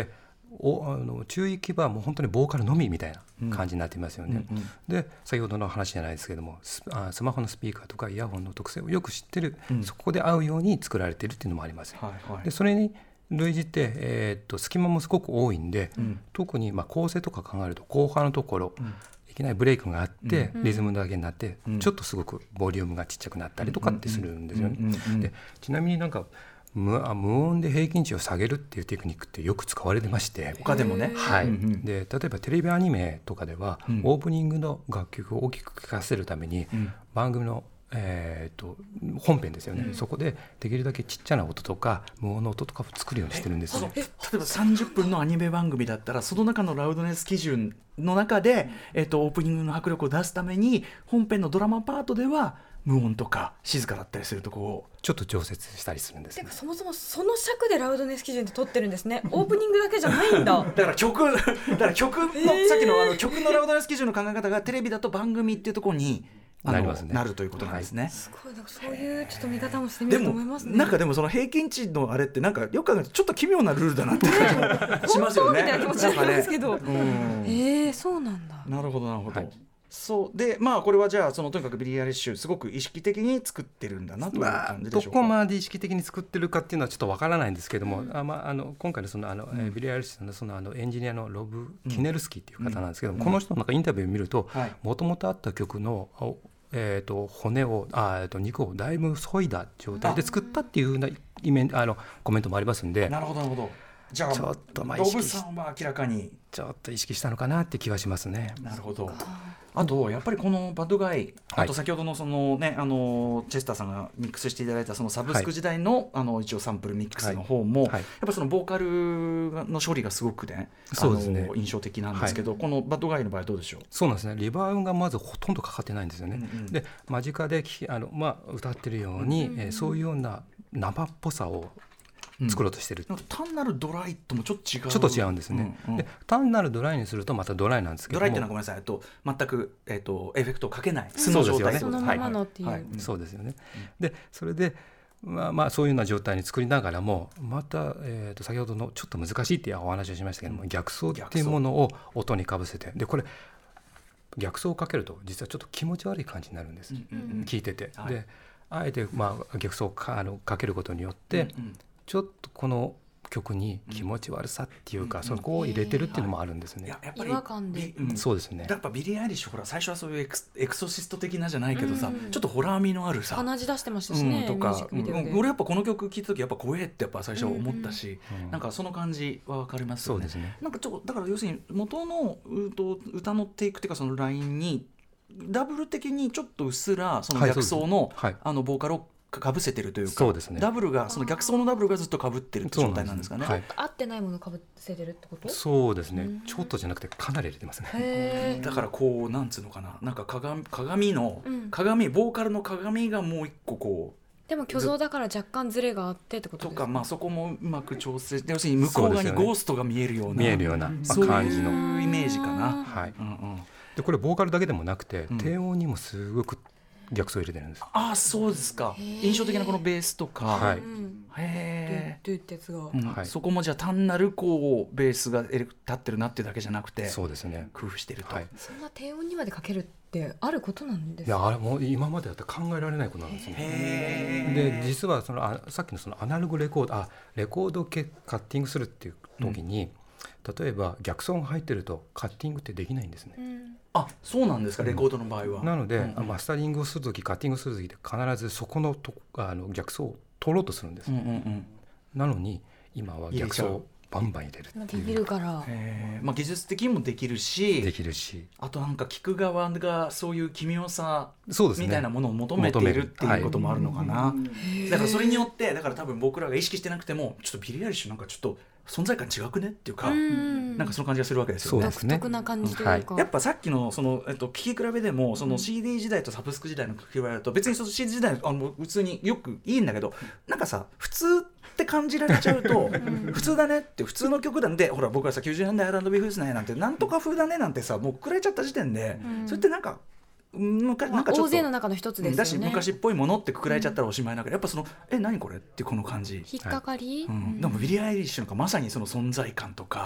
中域はもう本当にボーカルのみみたいな感じになっていますよね、で先ほどの話じゃないですけどもスマホのスピーカーとかイヤホンの特性をよく知ってる、そこで合うように作られているっていうのもあります、でそれに類似て、隙間もすごく多いんで、特に構成とか考えると後半のところ、いきなりブレイクがあって、リズムだけになって、ちょっとすごくボリュームがちっちゃくなったりとかってするんですよね、でちなみに無音で平均値を下げるっていうテクニックってよく使われてまして、 他でもね、 で例えばテレビアニメとかでは、オープニングの楽曲を大きく聴かせるために、番組の本編ですよね、そこでできるだけちっちゃな音とか無音の音とかを作るようにしてるんですよ。 例えば30分のアニメ番組だったらその中のラウドネス基準の中で、オープニングの迫力を出すために本編のドラマパートでは無音とか静かだったりするとこをちょっと調節したりするんです、ね、 てかそもそもその尺でラウドネス基準って取ってるんですね。オープニングだけじゃないんだだから曲の、さっきの曲のラウドネス基準の考え方がテレビだと番組っていうところになるということなんですね。 すごい、そういうちょっと見方もしてみると思いますね。 でもその平均値のあれってよく考えるとちょっと奇妙なルールだなって感じしますよね。 みたいな気持ちになりますけど、そうなんだ。 なるほどなるほど、そうでこれはじゃあとにかくビリー・アイリッシュすごく意識的に作ってるんだなという感じでしょうか。 どこまで意識的に作ってるかっていうのはちょっとわからないんですけども、今回のビリー・アイリッシュさんのエンジニアのロブ・キネルスキーっていう方なんですけども、この人のインタビューを見るともともとあった曲の骨を肉をだいぶ削いだ状態で作ったっていうようなコメントもありますんで、 なるほどなるほど。じゃあちょっとロブさんは明らかにちょっと意識したのかなって気はしますね。 なるほど。あとやっぱりこのバッドガイ、あと先ほどのチェスターさんがミックスしていただいたそのサブスク時代の、一応サンプルミックスの方も、やっぱそのボーカルの処理がすごくね、印象的なんですけど、このバッドガイの場合はどうでしょう。 そうなんですね。リバーブがまずほとんどかかってないんですよね、で間近で歌ってるように、そういうような生っぽさを作ろうとしてる、 単なるドライともちょっと違う、 ちょっと違うんですね、で単なるドライにするとまたドライなんですけども、 ドライってのはごめんなさい、全く、エフェクトをかけない素の状態、 そのままのっていう、 そうですよね、でそれでそういうような状態に作りながらもまた、先ほどのちょっと難しいっていうお話をしましたけども、逆奏っていうものを音にかぶせて、でこれ逆奏をかけると実はちょっと気持ち悪い感じになるんです、聞いてて、であえて逆奏をかけることによって、ちょっとこの曲に気持ち悪さっていうか、そこを入れてるっていうのもあるんですね。 やっぱり違和感で、 そうですね。 やっぱビリー・アイリッシュほら最初はそういうエクソシスト的なじゃないけどさ、ちょっとホラー味のあるさ鼻血出してましたしね、 とか、俺やっぱこの曲聴いた時やっぱ怖えってやっぱ最初思ったし、なんかその感じは分かりますよね。 そうですね。 なんかだから要するに元の歌のテイクっていうかそのラインにダブル的にちょっとうっすらその逆奏のボーカルをかぶせてるというか、 そうですね、 ダブルがその逆奏のダブルがずっとかぶってるって状態なんですかね。 合ってないものをかぶせてるってこと？ そうですね、ちょっとじゃなくてかなり入れてますね。 だからこうなんつうのかな、なんか鏡の鏡、ボーカルの鏡がもう一個こう、 でも虚像だから若干ズレがあってってことですか？ とか、そこもうまく調整して、要するに向こう側にゴーストが見えるような感じのイメージかな。 でこれボーカルだけでもなくて、低音にもすごく逆奏入れてるんです。 そうですか。印象的なこのベースとか、そこもじゃあ単なるこうベースが立ってるなっていうだけじゃなくて、 そうですね、 工夫してると、 そんな低音にまでかけるってあることなんですか？ いや、あれもう今までだったら考えられないことなんですね。で実はさっきのそのアナログレコードをカッティングするっていう時に、例えば逆奏が入ってるとカッティングってできないんですね。 そうなんですか、レコードの場合は。 なので、マスタリングをするとき、カッティングするときって必ずそこの逆奏を取ろうとするんです、なのに今は逆奏をバンバン入れるっていう。 できるから、 技術的にもできるし、あとなんか聞く側がそういう奇妙さみたいなものを求めているっていうこともあるのかな。だからそれによって、だから多分僕らが意識してなくても、ちょっとビリー・アイリッシュなんかちょっと存在感違くねっていうか、なんかその感じがするわけですよね。 独特な感じというか、 やっぱさっきの聴き比べでも、その CD 時代とサブスク時代の聴き比べだと、別にその CD 時代普通によくいいんだけど、なんかさ普通って感じられちゃうと普通だねって、普通の曲なんで、ほら僕はさ90年代R&B風ですねなんて、なんとか風だねなんてさ、もうくられちゃった時点で、それってなんかなんかちょっと大勢の中の一つですよね。 だし昔っぽいものってくくられちゃったらおしまいだから、やっぱその何これってこの感じ、 引っかかり、 でもビリー・アイリッシュなんかまさにその存在感とか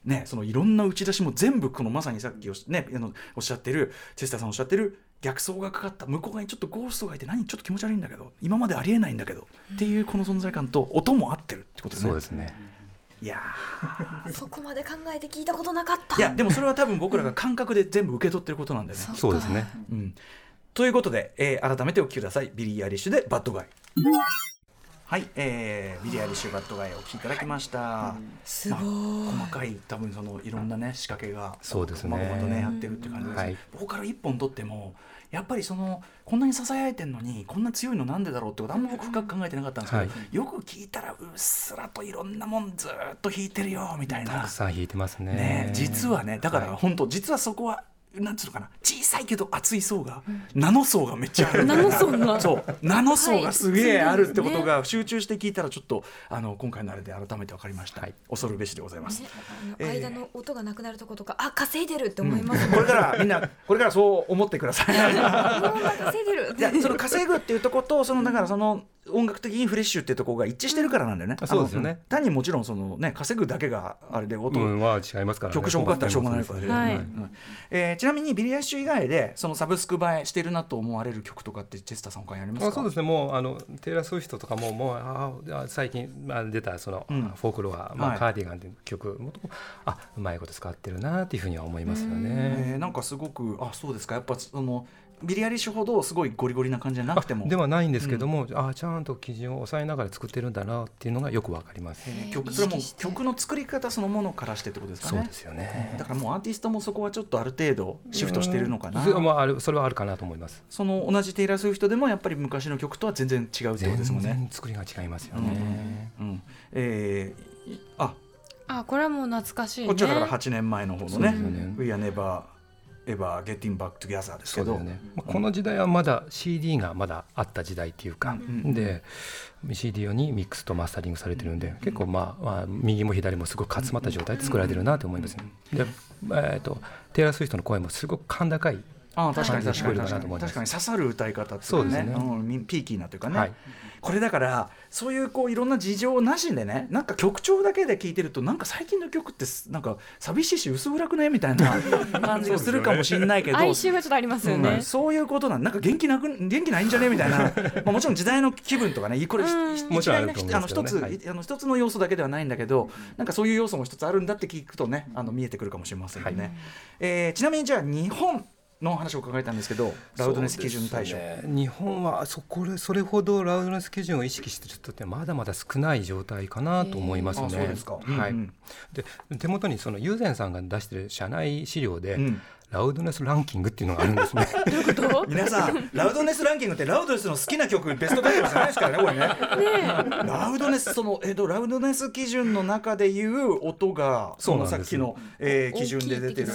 ね、そのいろんな打ち出しも全部このまさにさっきおっしゃってるチェスターさんおっしゃってる逆走がかかった向こう側にちょっとゴーストがいてちょっと気持ち悪いんだけど今までありえないんだけどっていうこの存在感と音も合ってるってことですね。 そうですね。 いやそこまで考えて聞いたことなかった。 いやでもそれは多分僕らが感覚で全部受け取ってることなんだよね。 そうですね、 ということで、改めてお聞きください。ビリー・アイリッシュでバッドガイ。はい、ビリー・アイリッシュバッドガイをお聞きいただきました。 すごい、 細かい多分そのいろんなね仕掛けがそうですね、 まごまとねやってるって感じです、ボーカル一本取ってもやっぱりそのこんなにささやいてんのにこんな強いのなんでだろうってことあんま僕深く考えてなかったんですけど、よく聞いたらうっすらといろんなもんずっと弾いてるよみたいな。 たくさん弾いてます ね。 実はねだから本当、実はそこはなんつうのかな、小さいけど厚い層が、ナノ層がめっちゃある。 ナノ層がそうナノ層がすげえあるってことが集中して聞いたらちょっと今回のあれで改めて分かりました、恐るべしでございます、 間の音がなくなるとことか稼いでるって思います、 これからみんなこれからそう思ってください稼いでる。 いやその稼ぐっていうとことだからその音楽的にフレッシュっていうところが一致してるからなんだよね、 そうですよね。 単にもちろんそのね稼ぐだけがあれで音は違いますからね。 曲調があったらしょうがないからね。ちなみにビリー・アイリッシュ以外でそのサブスク映えしてるなと思われる曲とかってチェスターさん他にありますか？ そうですね、もうテイラー・スウィフトとかも最近出たその、フォークロア、カーディガンという曲もうまいこと使ってるなっていうふうには思いますよね。 なんかすごくそうですか。やっぱそのビリー・アイリッシュほどすごいゴリゴリな感じじゃなくてもではないんですけども、ちゃんと基準を抑えながら作ってるんだなっていうのがよくわかります。 それも曲の作り方そのものからしてってことですかね。 そうですよね。 だからもうアーティストもそこはちょっとある程度シフトしてるのかな。 それはあるかなと思います。 その同じテイラー・スウィフトでもやっぱり昔の曲とは全然違うってことですもんね。 全然作りが違いますよね。 これはもう懐かしいね。 こっちはだから8年前の方のね 「 We Are Never Ever Getting Back Together」ですけど、 この時代はまだ CD がまだあった時代っていうか、で CD 用にミックスとマスタリングされてるんで、結構右も左もすごく集まった状態で作られてるなと思います。でテイラー・スウィフトの声もすごく甲高い。 確かに刺さる歌い方っていうね、ピーキーなというかね、これだからそういういろんな事情なしでね、なんか曲調だけで聴いてるとなんか最近の曲ってなんか寂しいし薄暗くないみたいな感じがするかもしれないけど哀愁がちょっとありますよね。 そういうことなんか元気ないんじゃねみたいなもちろん時代の気分とかね、これ一つの要素だけではないんだけど、なんかそういう要素も一つあるんだって聞くとね見えてくるかもしれませんよね。ちなみにじゃあ日本の話を伺えたんですけど、ラウドネス基準対象、 日本はそれほどラウドネス基準を意識している人ってまだまだ少ない状態かなと思いますね。 そうですか。 で手元にそのユーゼンさんが出している社内資料で、ラウドネスランキングっていうのがあるんですね。 どういうこと？ 皆さんラウドネスランキングってラウドネスの好きな曲ベスト10じゃないですからね、これね。ラウドネスラウドネス基準の中でいう音がそのさっきの、基準で出てる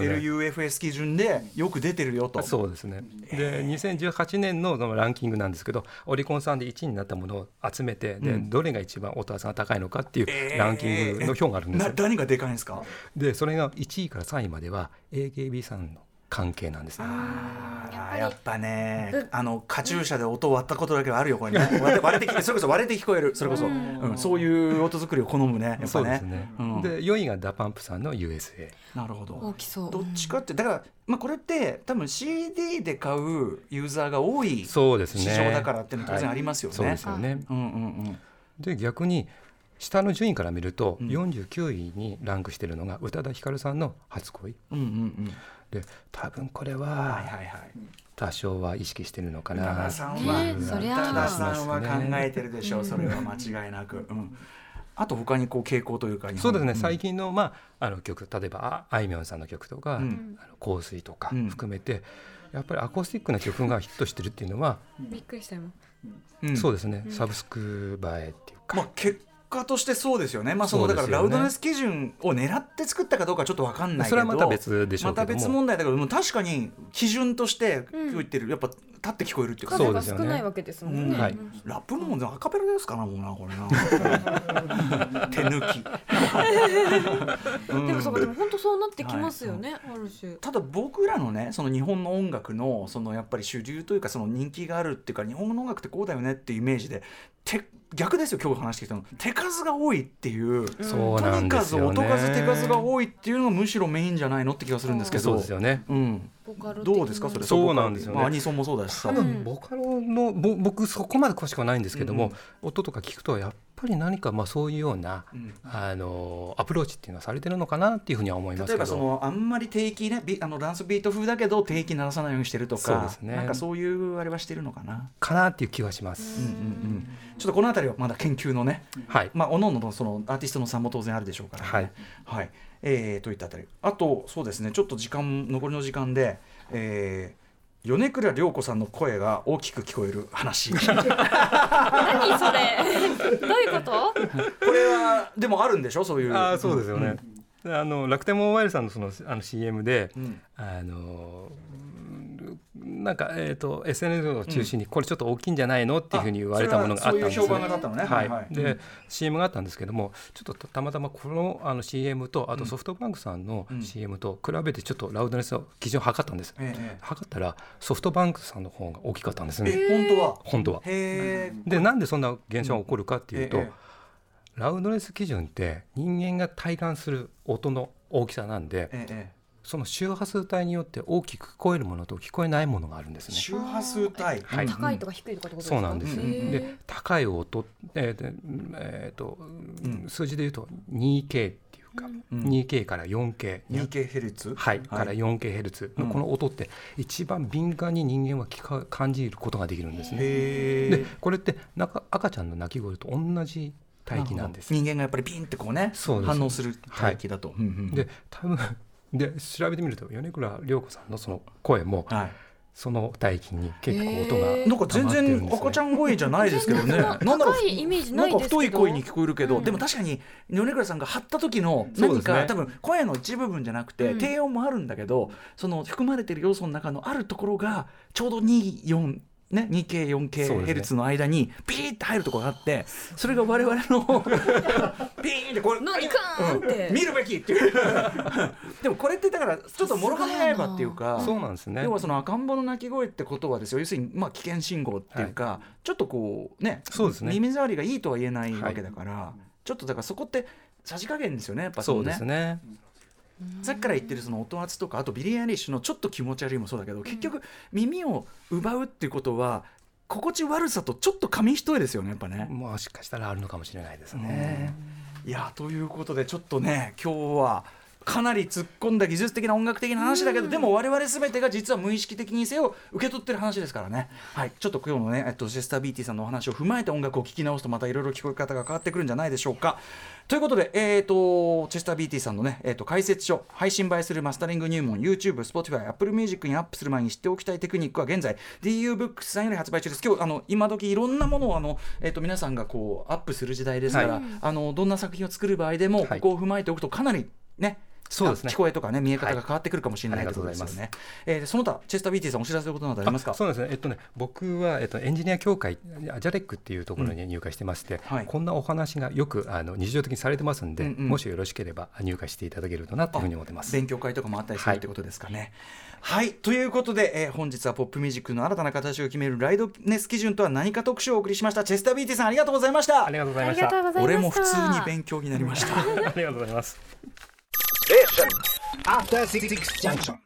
LUFS 基準でよく出てるよと。 そうですね。で2018年のそのランキングなんですけど、オリコンさんで1位になったものを集めて、でどれが一番音圧が高いのかっていうランキングの表があるんですよ。 何がでかいんですか？ でそれが1位から3位までは AKB さんの関係なんですね。 やっぱね、カチューシャで音を割ったことだけはあるよ、これね。割れてそれこそ割れて聞こえる、それこそ、そういう音作りを好むね、やっぱね。 そうですね。で4位がダパンプさんの USA。 なるほど。 大きそう。 どっちかってだから、これって多分 CD で買うユーザーが多い市場だからっていうのは当然ありますよね。 そうですよね。で逆に下の順位から見ると、49位にランクしているのが宇多田ヒカルさんの初恋。で多分これは多少は意識してるのかな。 宇多田さんは考えてるでしょう、それは間違いなく。あと他に傾向というか、 そうですね、最近の曲、例えばあいみょんさんの曲とか、香水とか含めて、やっぱりアコースティックな曲がヒットしてるっていうのはびっくりしたよ。 そうですね、サブスク映えっていうか、 結果としてそうですよね。だからラウドネス基準を狙って作ったかどうかちょっと分かんないけど、 それはまた別でしょうけども、 また別問題だけど、確かに基準として言ってる、やっぱ立って聞こえるっていうか、 数が少ないわけですもんね。 はい、 ラップもアカペラですかな、もうなこれな手抜きでもそうか、でも本当そうなってきますよね、ある種。 ただ僕らのねその日本の音楽のそのやっぱり主流というか、その人気があるっていうか、日本の音楽ってこうだよねっていうイメージで逆ですよ、今日話してきたの手数が多いっていう、 そうなんですよね、 とにかく音数手数が多いっていうのがむしろメインじゃないのって気がするんですけど。 そうですよね、 どうですかそれ。 そうなんですよね、 アニソンもそうだしさ、 多分ボカロの僕そこまで詳しくはないんですけども、音とか聞くとやっぱり何かそういうような、アプローチっていうのはされてるのかなっていうふうには思いますけど、 例えばあんまり定期ねダンスビート風だけど定期鳴らさないようにしてるとか、 そうですね、 なんかそういうあれはしてるのかなっていう気はします。 ちょっとこのあたりはまだ研究のね、 はい、 各々のそのアーティストの差も当然あるでしょうからね。はい、といったあたり、あとそうですね、ちょっと残りの時間で、米倉涼子さんの声が大きく聞こえる話何それどういうこと？ これはでもあるんでしょ、そういう。 そうですよね、楽天モバイルさんのCM で、なんか、SNS を中心にこれちょっと大きいんじゃないのっていうふうに言われたものがあったんですね。 そういう評判が立ったのね。 はい、で、CM があったんですけども、ちょっとたまたまこの、CM とあとソフトバンクさんの CM と比べてちょっとラウドネスの基準を測ったんです。測ったらソフトバンクさんの方が大きかったんですね。本当は。で、なんでそんな現象が起こるかっていうと、ラウドネス基準って人間が体感する音の大きさなんで、その周波数帯によって大きく聞こえるものと聞こえないものがあるんですね。 周波数帯、 高いとか低いとかってことですか？ そうなんです。で、高い音、数字で言うと 2K っていうか、2K から 4K、 2K ヘルツ、 から 4K ヘルツのこの音って一番敏感に人間は感じることができるんですね。で、これって赤ちゃんの泣き声と同じ帯域なんです。 人間がやっぱりピンってこうね反応する帯域だと。 で、多分で調べてみると米倉涼子さんのその声も、その帯域に結構音がなんか全然赤ちゃん声じゃないですけどね。 高いイメージないですけど、 なんか太い声に聞こえるけど、でも確かに米倉さんが張った時の何か、多分声の一部分じゃなくて、低音もあるんだけど、その含まれている要素の中のあるところがちょうど2K、4K ヘルツの間にピーって入るところがあって、それが我々のピーンってこれ何かーって見るべきっていうでもこれってだからちょっと諸刃の刃っていうか、 そうなんですね。 要はその赤ん坊の鳴き声ってことはですよ、要するに危険信号っていうか、ちょっとこうね、耳障りがいいとは言えないわけだから、ちょっとだからそこってさじ加減ですよね、やっぱそうですね。 さっきから言ってるその音圧とか、あとビリー・アイリッシュのちょっと気持ち悪いもそうだけど、結局耳を奪うっていうことは心地悪さとちょっと紙一重ですよね、やっぱね。 もしかしたらあるのかもしれないですね。 いや、ということでちょっとね、今日はかなり突っ込んだ技術的な音楽的な話だけど、でも我々全てが実は無意識的にせよ受け取ってる話ですからね。はい、ちょっと今日のね、チェスター・ビーティさんのお話を踏まえて音楽を聴き直すと、またいろいろ聞こえ方が変わってくるんじゃないでしょうか。ということで、チェスター・ビーティさんのね、解説書、配信映えするマスタリング入門、YouTube、Spotify、Apple Music にアップする前に知っておきたいテクニックは現在 DU ブックスさんより発売中です。今日今時いろんなものを皆さんがこうアップする時代ですから、どんな作品を作る場合でもここを踏まえておくとかなりね、 そうですね、 聞こえとかね、見え方が変わってくるかもしれないということですよね。その他チェスター・ビーティさんお知らせのことなどありますか？ そうですね、僕は、エンジニア協会JALECっていうところに入会してまして、こんなお話がよく日常的にされてますんで、もしよろしければ入会していただけるとなというふうに思ってます。 勉強会とかもあったりするってことですかね。はい、ということで、本日はポップミュージックの新たな形を決めるライドネス基準とは何か特集をお送りしました。チェスター・ビーティさんありがとうございました。 ありがとうございました。 俺も普通に勉強になりました。 ありがとうございます。 After 66 junction.